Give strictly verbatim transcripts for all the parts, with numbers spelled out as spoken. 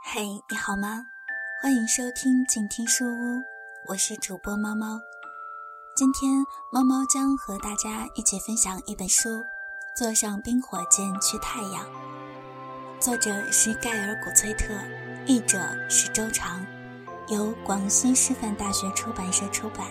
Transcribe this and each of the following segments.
嘿，你好吗？欢迎收听静听书屋，我是主播猫猫。今天猫猫将和大家一起分享一本书《坐上冰火箭去太阳》，作者是盖尔·古崔特，译者是周长，由广西师范大学出版社出版。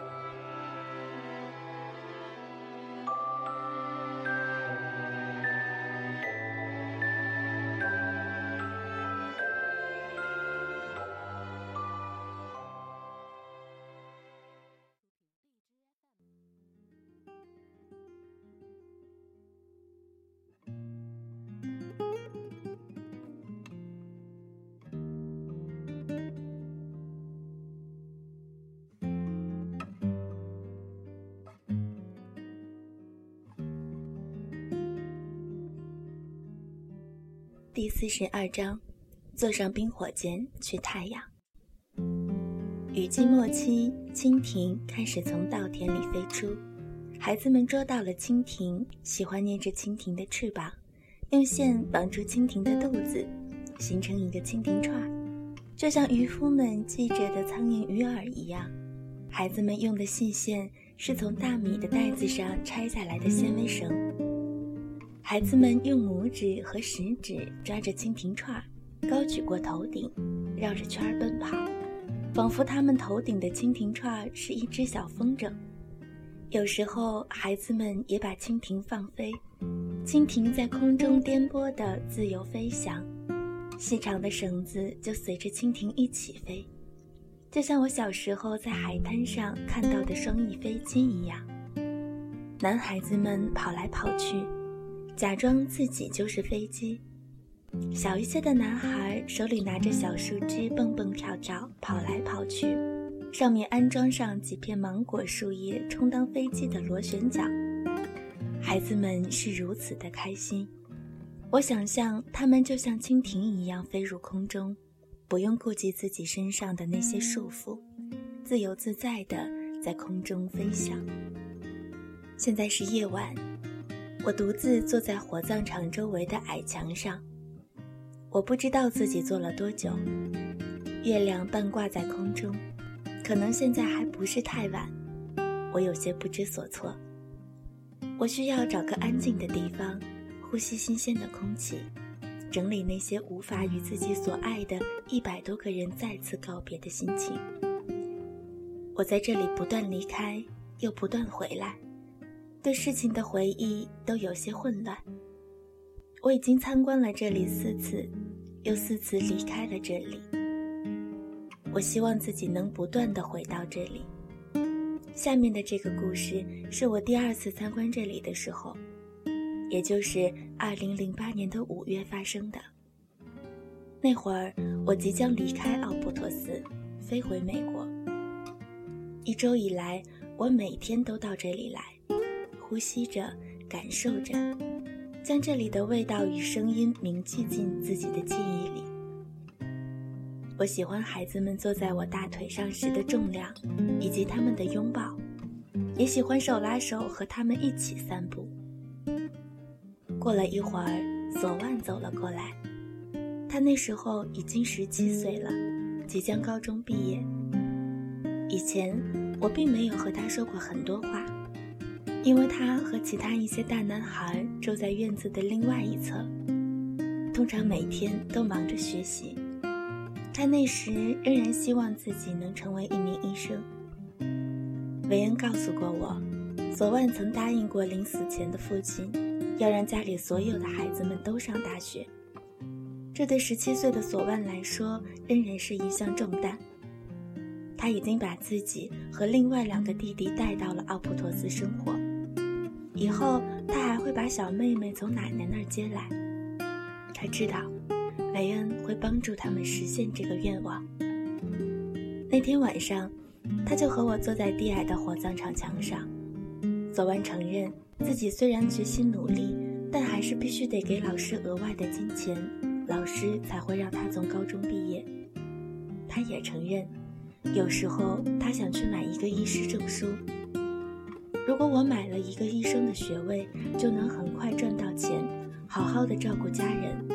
第四十二章，坐上冰火箭去太阳。雨季末期，蜻蜓开始从稻田里飞出，孩子们捉到了蜻蜓，喜欢捏着蜻蜓的翅膀，用线绑住蜻蜓的肚子，形成一个蜻蜓串，就像渔夫们系着的苍蝇鱼饵一样。孩子们用的细线是从大米的袋子上拆下来的纤维绳。孩子们用拇指和食指抓着蜻蜓串，高举过头顶，绕着圈奔跑，仿佛他们头顶的蜻蜓串是一只小风筝。有时候孩子们也把蜻蜓放飞，蜻蜓在空中颠簸地自由飞翔，细长的绳子就随着蜻蜓一起飞，就像我小时候在海滩上看到的双翼飞机一样。男孩子们跑来跑去，假装自己就是飞机。小一些的男孩手里拿着小树枝，蹦蹦跳跳跑来跑去，上面安装上几片芒果树叶，充当飞机的螺旋桨。孩子们是如此的开心，我想象他们就像蜻蜓一样飞入空中，不用顾及自己身上的那些束缚，自由自在地在空中飞翔。现在是夜晚，我独自坐在火葬场周围的矮墙上，我不知道自己坐了多久。月亮半挂在空中，可能现在还不是太晚，我有些不知所措。我需要找个安静的地方，呼吸新鲜的空气，整理那些无法与自己所爱的一百多个人再次告别的心情。我在这里不断离开，又不断回来，对事情的回忆都有些混乱。我已经参观了这里四次，又四次离开了这里。我希望自己能不断地回到这里。下面的这个故事是我第二次参观这里的时候，也就是二零零八年的五月发生的。那会儿我即将离开奥普托斯，飞回美国。一周以来，我每天都到这里来，呼吸着，感受着，将这里的味道与声音铭记进自己的记忆里。我喜欢孩子们坐在我大腿上时的重量，以及他们的拥抱，也喜欢手拉手和他们一起散步。过了一会儿，索万走了过来，他那时候已经十七岁了，即将高中毕业。以前我并没有和他说过很多话，因为他和其他一些大男孩住在院子的另外一侧，通常每天都忙着学习。他那时仍然希望自己能成为一名医生。韦恩告诉过我，索万曾答应过临死前的父亲，要让家里所有的孩子们都上大学。这对十七岁的索万来说仍然是一项重担。他已经把自己和另外两个弟弟带到了奥普托斯生活，以后他还会把小妹妹从奶奶那儿接来。他知道雷恩会帮助他们实现这个愿望。那天晚上，他就和我坐在低矮的火葬场墙上。索万承认自己虽然决心努力，但还是必须得给老师额外的金钱，老师才会让他从高中毕业。他也承认有时候他想去买一个医师证书，如果我买了一个医生的学位，就能很快赚到钱，好好的照顾家人，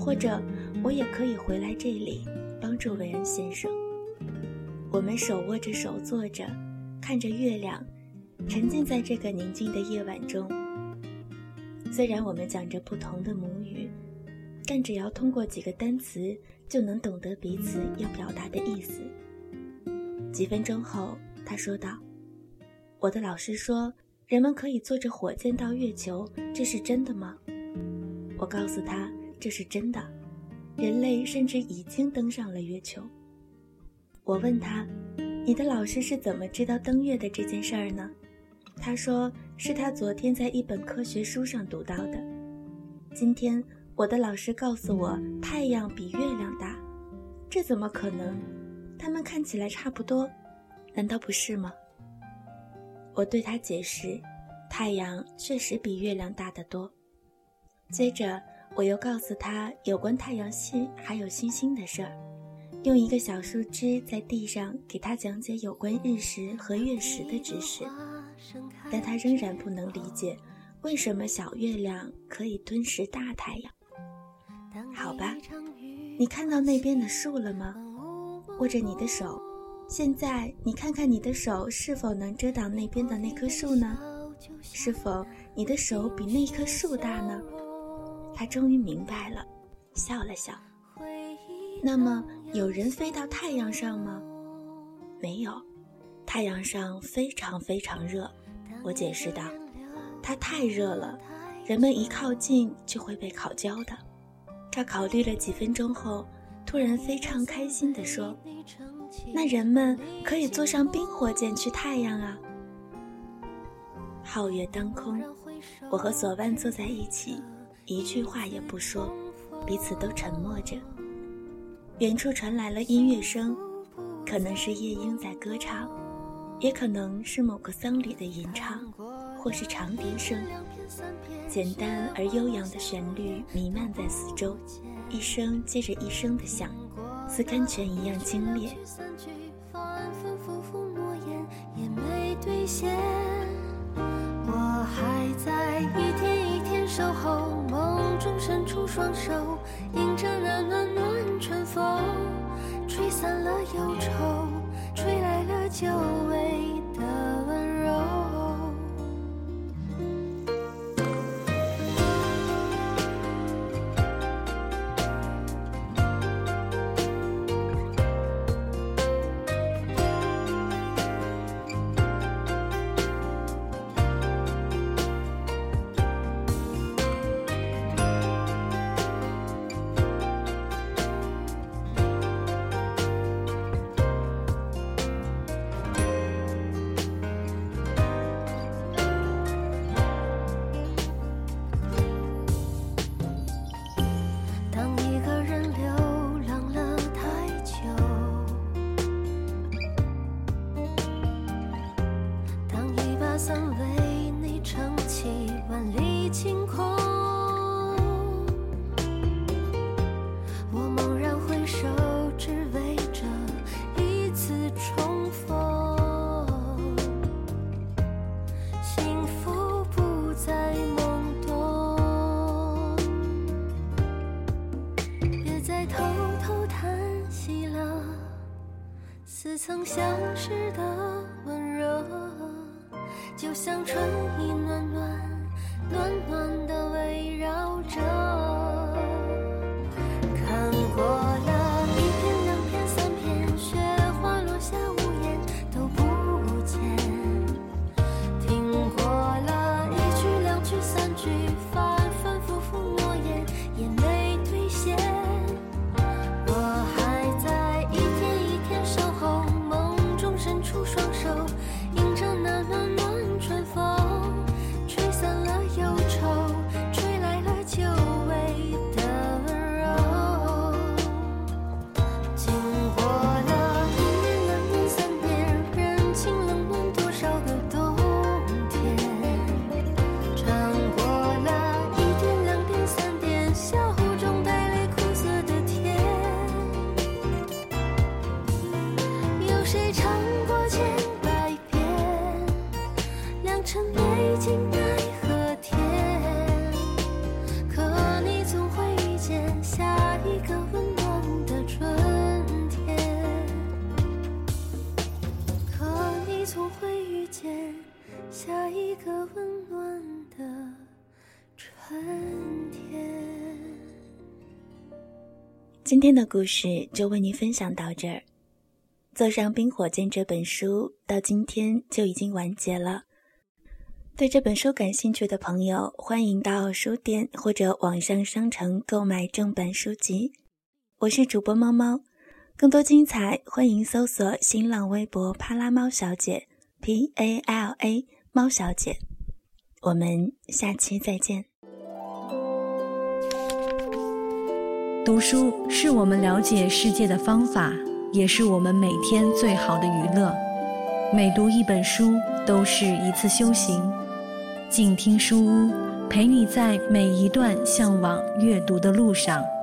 或者我也可以回来这里帮助韦恩先生。我们手握着手坐着，看着月亮，沉浸在这个宁静的夜晚中。虽然我们讲着不同的母语，但只要通过几个单词就能懂得彼此要表达的意思。几分钟后，他说道：我的老师说人们可以坐着火箭到月球，这是真的吗？我告诉他，这是真的，人类甚至已经登上了月球。我问他，你的老师是怎么知道登月的这件事儿呢？他说，是他昨天在一本科学书上读到的。今天我的老师告诉我，太阳比月亮大。这怎么可能？它们看起来差不多，难道不是吗？我对他解释，太阳确实比月亮大得多。接着我又告诉他有关太阳系还有星星的事儿，用一个小树枝在地上给他讲解有关日食和月食的知识。但他仍然不能理解为什么小月亮可以吞噬大太阳。好吧，你看到那边的树了吗？握着你的手，现在你看看你的手是否能遮挡那边的那棵树呢？是否你的手比那棵树大呢？他终于明白了，笑了笑。那么有人飞到太阳上吗？没有，太阳上非常非常热。我解释道，它太热了，人们一靠近就会被烤焦的。他考虑了几分钟后，突然非常开心地说，那人们可以坐上冰火箭去太阳啊。皓月当空，我和索万坐在一起，一句话也不说，彼此都沉默着。远处传来了音乐声，可能是夜莺在歌唱，也可能是某个丧礼的吟唱，或是长笛声。简单而悠扬的旋律弥漫在四周，一声接着一声的响，似甘泉一样精烈。 我还在一天一天守候，梦中伸出双手，迎着那暖暖春风，吹散了忧愁，吹来了久违的温柔。似曾相识的温热，就像春意暖暖暖暖地围绕着。看过了一片两片三片，雪花落下无言都不见。听过了一句两句三句，反反复复诺言也没兑现。我还在一天一天守候，梦中伸出双手，迎着那暖暖春风，吹散了忧愁，吹来了久违的温柔。经过了一年两年三年，人情冷暖多少个冬天，穿过了一点两点三点，笑中带泪苦涩的甜。有谁尝过千百遍良辰美景奈何天，可你总会遇见下今天的故事就为您分享到这儿。坐上冰火箭这本书到今天就已经完结了。对这本书感兴趣的朋友，欢迎到书店或者网上商城购买正版书籍。我是主播猫猫，更多精彩欢迎搜索新浪微博帕拉猫小姐 P A L A 猫小姐。我们下期再见。 读书是我们了解世界的方法，也是我们每天最好的娱乐。每读一本书都是一次修行。静听书屋，陪你在每一段向往阅读的路上。